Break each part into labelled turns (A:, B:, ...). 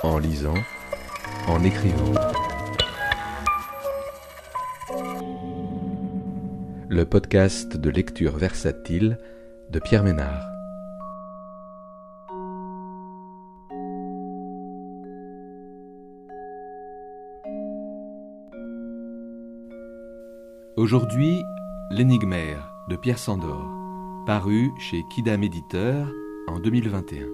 A: en lisant, en écrivant. Le podcast de lecture versatile de Pierre Ménard. Aujourd'hui, L'énigmaire de Pierre Sandor, paru chez Quidam Éditeur en 2021.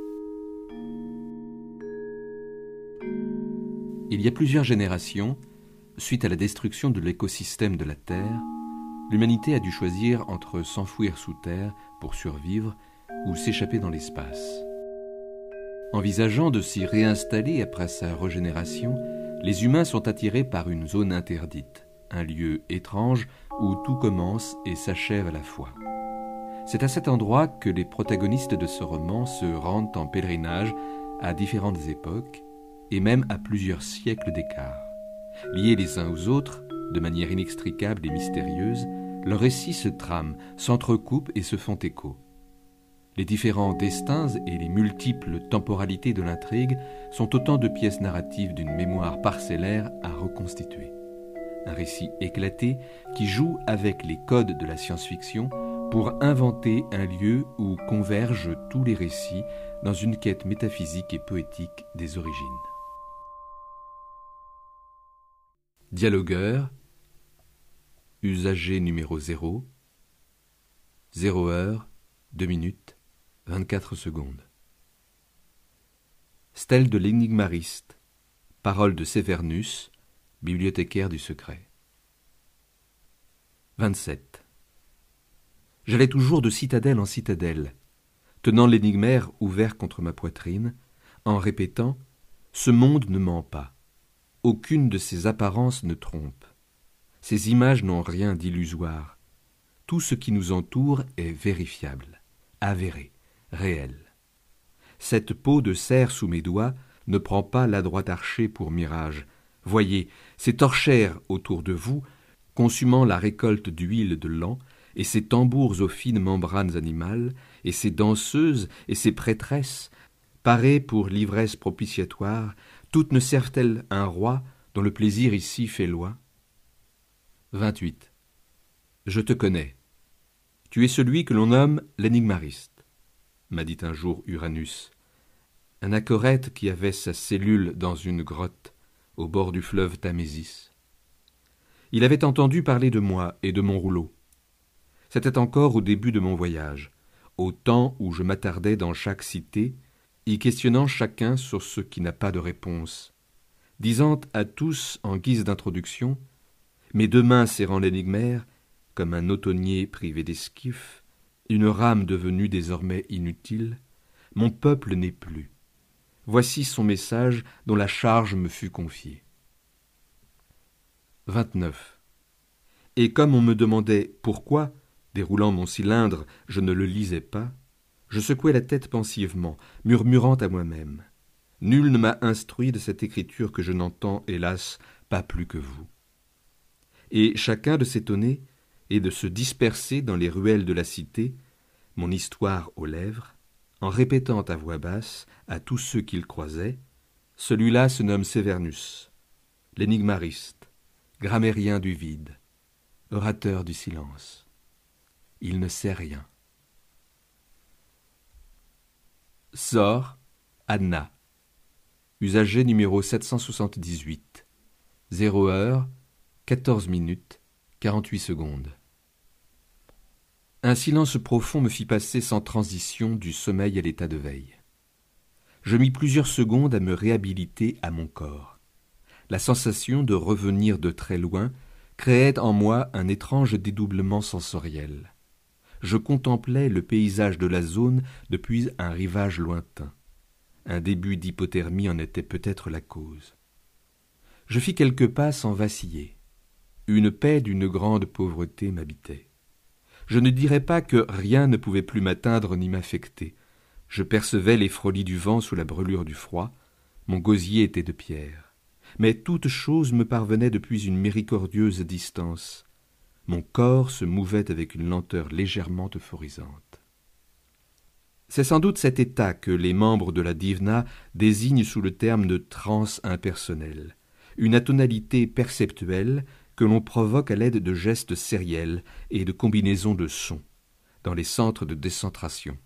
A: Il y a plusieurs générations, suite à la destruction de l'écosystème de la Terre, l'humanité a dû choisir entre s'enfouir sous terre pour survivre ou s'échapper dans l'espace. Envisageant de s'y réinstaller après sa régénération, les humains sont attirés par une zone interdite, un lieu étrange où tout commence et s'achève à la fois. C'est à cet endroit que les protagonistes de ce roman se rendent en pèlerinage à différentes époques et même à plusieurs siècles d'écart. Liés les uns aux autres, de manière inextricable et mystérieuse, leurs récits se trament, s'entrecoupent et se font écho. Les différents destins et les multiples temporalités de l'intrigue sont autant de pièces narratives d'une mémoire parcellaire à reconstituer. Un récit éclaté qui joue avec les codes de la science-fiction pour inventer un lieu où convergent tous les récits dans une quête métaphysique et poétique des origines. Dialogueur, usager numéro 0, 0 heure, 2 minutes, 24 secondes. Stèle de l'énigmariste, parole de Sévernus, bibliothécaire du secret. 27. J'allais toujours de citadelle en citadelle, tenant l'énigmaire ouvert contre ma poitrine, en répétant « Ce monde ne ment pas. Aucune de ses apparences ne trompe. Ces images n'ont rien d'illusoire. Tout ce qui nous entoure est vérifiable, avéré, réel. Cette peau de cerf sous mes doigts ne prend pas l'adroit archer pour mirage. Voyez, ces torchères autour de vous, consumant la récolte d'huile de lin, et ces tambours aux fines membranes animales, et ces danseuses et ces prêtresses, parées pour l'ivresse propitiatoire, toutes ne servent-elles un roi dont le plaisir ici fait loi ? 28. Je te connais. Tu es celui que l'on nomme l'énigmariste, m'a dit un jour Uranus, un achorète qui avait sa cellule dans une grotte au bord du fleuve Tamésis. Il avait entendu parler de moi et de mon rouleau. C'était encore au début de mon voyage, au temps où je m'attardais dans chaque cité, y questionnant chacun sur ce qui n'a pas de réponse, disant à tous en guise d'introduction, mes deux mains serrant l'énigmaire, comme un automnier privé d'esquif, une rame devenue désormais inutile, mon peuple n'est plus. Voici son message dont la charge me fut confiée. 29. Et comme on me demandait pourquoi, déroulant mon cylindre, je ne le lisais pas, je secouais la tête pensivement, murmurant à moi-même. Nul ne m'a instruit de cette écriture que je n'entends, hélas, pas plus que vous. Et chacun de s'étonner et de se disperser dans les ruelles de la cité, mon histoire aux lèvres, en répétant à voix basse à tous ceux qu'il croisait, celui-là se nomme Sévernus, l'énigmariste, grammairien du vide, orateur du silence. Il ne sait rien. Sort, Anna, usager numéro 778, 0 heure, 14 minutes, 48 secondes. Un silence profond me fit passer sans transition du sommeil à l'état de veille. Je mis plusieurs secondes à me réhabiliter à mon corps. La sensation de revenir de très loin créait en moi un étrange dédoublement sensoriel. Je contemplais le paysage de la zone depuis un rivage lointain. Un début d'hypothermie en était peut-être la cause. Je fis quelques pas sans vaciller. Une paix d'une grande pauvreté m'habitait. Je ne dirais pas que rien ne pouvait plus m'atteindre ni m'affecter. Je percevais les frolies du vent sous la brûlure du froid. Mon gosier était de pierre. Mais toute chose me parvenait depuis une miséricordieuse distance. Mon corps se mouvait avec une lenteur légèrement euphorisante. C'est sans doute cet état que les membres de la Divna désignent sous le terme de transe impersonnelle, une atonalité perceptuelle que l'on provoque à l'aide de gestes sériels et de combinaisons de sons, dans les centres de décentration.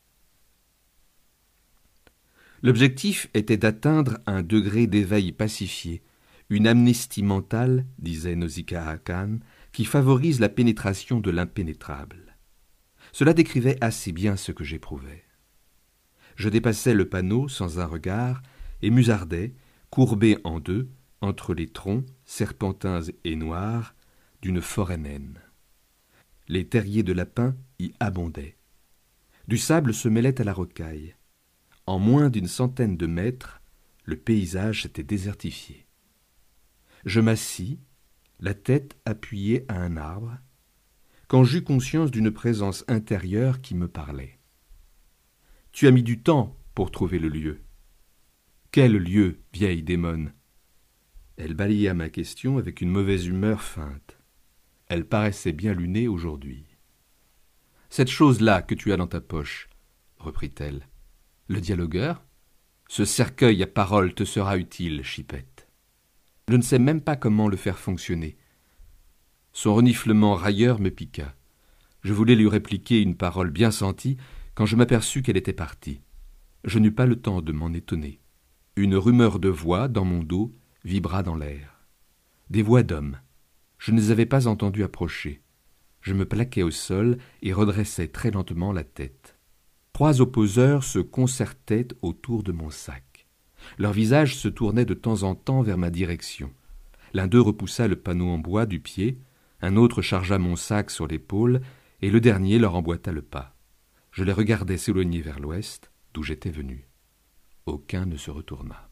A: L'objectif était d'atteindre un degré d'éveil pacifié, une amnistie mentale, disait Nausicaa Khan, qui favorise la pénétration de l'impénétrable. Cela décrivait assez bien ce que j'éprouvais. Je dépassais le panneau sans un regard et musardais, courbé en deux, entre les troncs, serpentins et noirs, d'une forêt naine. Les terriers de lapins y abondaient. Du sable se mêlait à la rocaille. En moins d'une centaine de mètres, le paysage s'était désertifié. Je m'assis, la tête appuyée à un arbre, quand j'eus conscience d'une présence intérieure qui me parlait. « Tu as mis du temps pour trouver le lieu. »« Quel lieu, vieille démone ?» Elle balaya ma question avec une mauvaise humeur feinte. Elle paraissait bien lunée aujourd'hui. « Cette chose-là que tu as dans ta poche, » reprit-elle. « Le dialogueur ? Ce cercueil à paroles te sera utile, Chipette. Je ne sais même pas comment le faire fonctionner. » Son reniflement railleur me piqua. Je voulais lui répliquer une parole bien sentie quand je m'aperçus qu'elle était partie. Je n'eus pas le temps de m'en étonner. Une rumeur de voix dans mon dos vibra dans l'air. Des voix d'hommes. Je ne les avais pas entendues approcher. Je me plaquai au sol et redressai très lentement la tête. 3 opposeurs se concertaient autour de mon sac. Leurs visages se tournaient de temps en temps vers ma direction. L'un d'eux repoussa le panneau en bois du pied, un autre chargea mon sac sur l'épaule, et le dernier leur emboîta le pas. Je les regardais s'éloigner vers l'ouest, d'où j'étais venu. Aucun ne se retourna.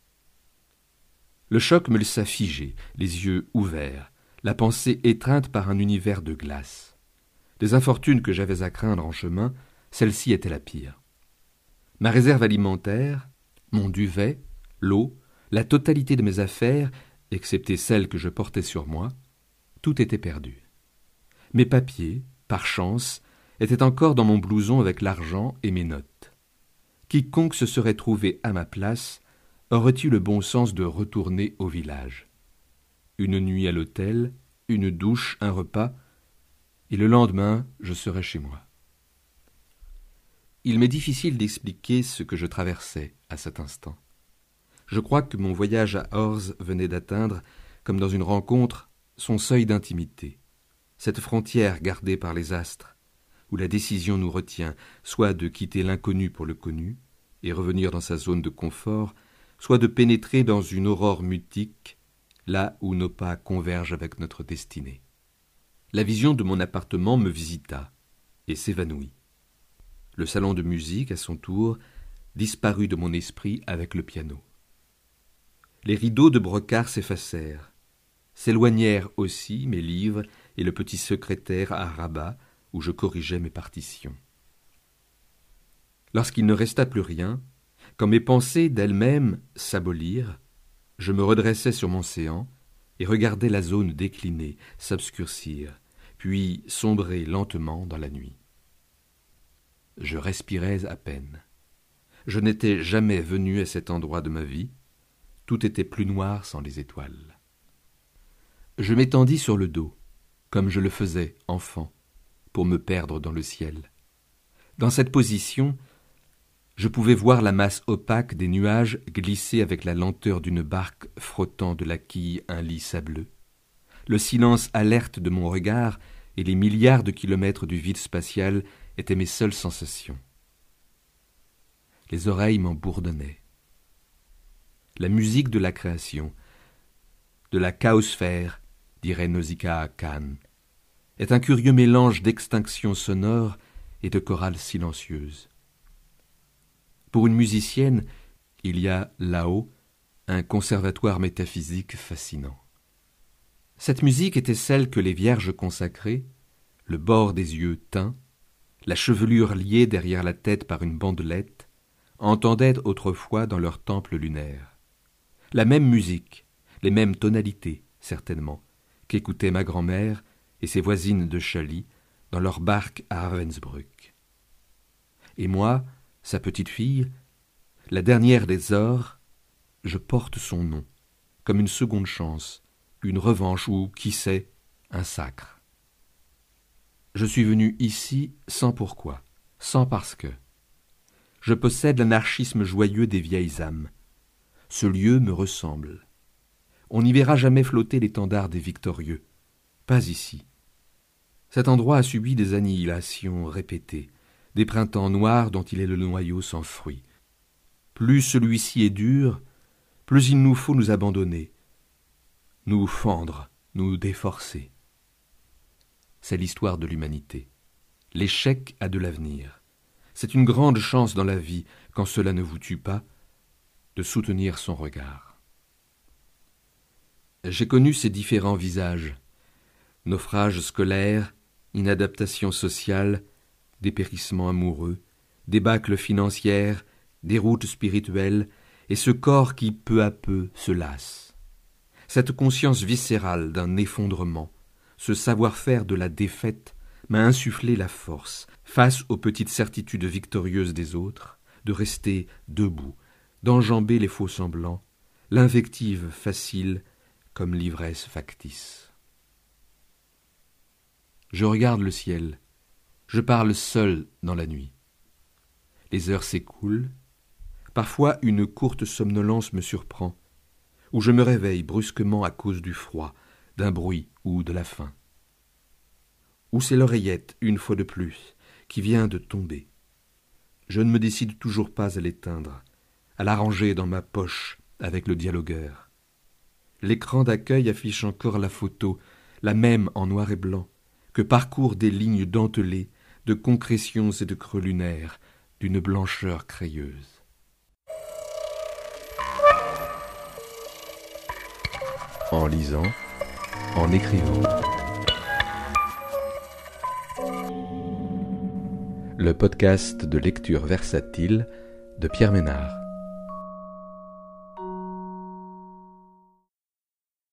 A: Le choc me laissa figé, les yeux ouverts, la pensée étreinte par un univers de glace. Des infortunes que j'avais à craindre en chemin, celle-ci était la pire. Ma réserve alimentaire, mon duvet, l'eau, la totalité de mes affaires, excepté celles que je portais sur moi, tout était perdu. Mes papiers, par chance, étaient encore dans mon blouson avec l'argent et mes notes. Quiconque se serait trouvé à ma place aurait eu le bon sens de retourner au village. Une nuit à l'hôtel, une douche, un repas, et le lendemain, je serais chez moi. Il m'est difficile d'expliquer ce que je traversais à cet instant. Je crois que mon voyage à Orz venait d'atteindre, comme dans une rencontre, son seuil d'intimité, cette frontière gardée par les astres, où la décision nous retient, soit de quitter l'inconnu pour le connu, et revenir dans sa zone de confort, soit de pénétrer dans une aurore mutique, là où nos pas convergent avec notre destinée. La vision de mon appartement me visita, et s'évanouit. Le salon de musique, à son tour, disparut de mon esprit avec le piano. Les rideaux de brocart s'effacèrent. S'éloignèrent aussi mes livres et le petit secrétaire à rabat où je corrigeais mes partitions. Lorsqu'il ne resta plus rien, quand mes pensées d'elles-mêmes s'abolirent, je me redressai sur mon séant et regardai la zone décliner, s'obscurcir, puis sombrer lentement dans la nuit. Je respirais à peine. Je n'étais jamais venu à cet endroit de ma vie. Tout était plus noir sans les étoiles. Je m'étendis sur le dos, comme je le faisais, enfant, pour me perdre dans le ciel. Dans cette position, je pouvais voir la masse opaque des nuages glisser avec la lenteur d'une barque frottant de la quille un lit sableux. Le silence alerte de mon regard et les milliards de kilomètres du vide spatial étaient mes seules sensations. Les oreilles m'en bourdonnaient. La musique de la création, de la chaosphère, dirait Nausicaa Khan, est un curieux mélange d'extinction sonore et de chorale silencieuse. Pour une musicienne, il y a là-haut un conservatoire métaphysique fascinant. Cette musique était celle que les vierges consacrées, le bord des yeux teints, la chevelure liée derrière la tête par une bandelette, entendaient autrefois dans leur temple lunaire. La même musique, les mêmes tonalités, certainement, qu'écoutaient ma grand-mère et ses voisines de Chaly dans leur barque à Ravensbrück. Et moi, sa petite fille, la dernière des ors, je porte son nom, comme une seconde chance, une revanche ou, qui sait, un sacre. Je suis venu ici sans pourquoi, sans parce que. Je possède l'anarchisme joyeux des vieilles âmes. Ce lieu me ressemble. On n'y verra jamais flotter l'étendard des victorieux. Pas ici. Cet endroit a subi des annihilations répétées, des printemps noirs dont il est le noyau sans fruit. Plus celui-ci est dur, plus il nous faut nous abandonner, nous fendre, nous déforcer. C'est l'histoire de l'humanité. L'échec a de l'avenir. C'est une grande chance dans la vie, quand cela ne vous tue pas, de soutenir son regard. J'ai connu ces différents visages. Naufrage scolaire, inadaptation sociale, dépérissement amoureux, débâcle financière, déroute spirituelle, et ce corps qui peu à peu se lasse. Cette conscience viscérale d'un effondrement, ce savoir-faire de la défaite m'a insufflé la force, face aux petites certitudes victorieuses des autres, de rester debout, d'enjamber les faux-semblants, l'invective facile comme l'ivresse factice. Je regarde le ciel, je parle seul dans la nuit. Les heures s'écoulent, parfois une courte somnolence me surprend, ou je me réveille brusquement à cause du froid, d'un bruit ou de la faim. Ou c'est l'oreillette, une fois de plus, qui vient de tomber. Je ne me décide toujours pas à l'éteindre, à la ranger dans ma poche avec le dialogueur. L'écran d'accueil affiche encore la photo, la même en noir et blanc, que parcourent des lignes dentelées de concrétions et de creux lunaires, d'une blancheur crayeuse. En lisant, en écrivant. Le podcast de lecture versatile de Pierre Ménard.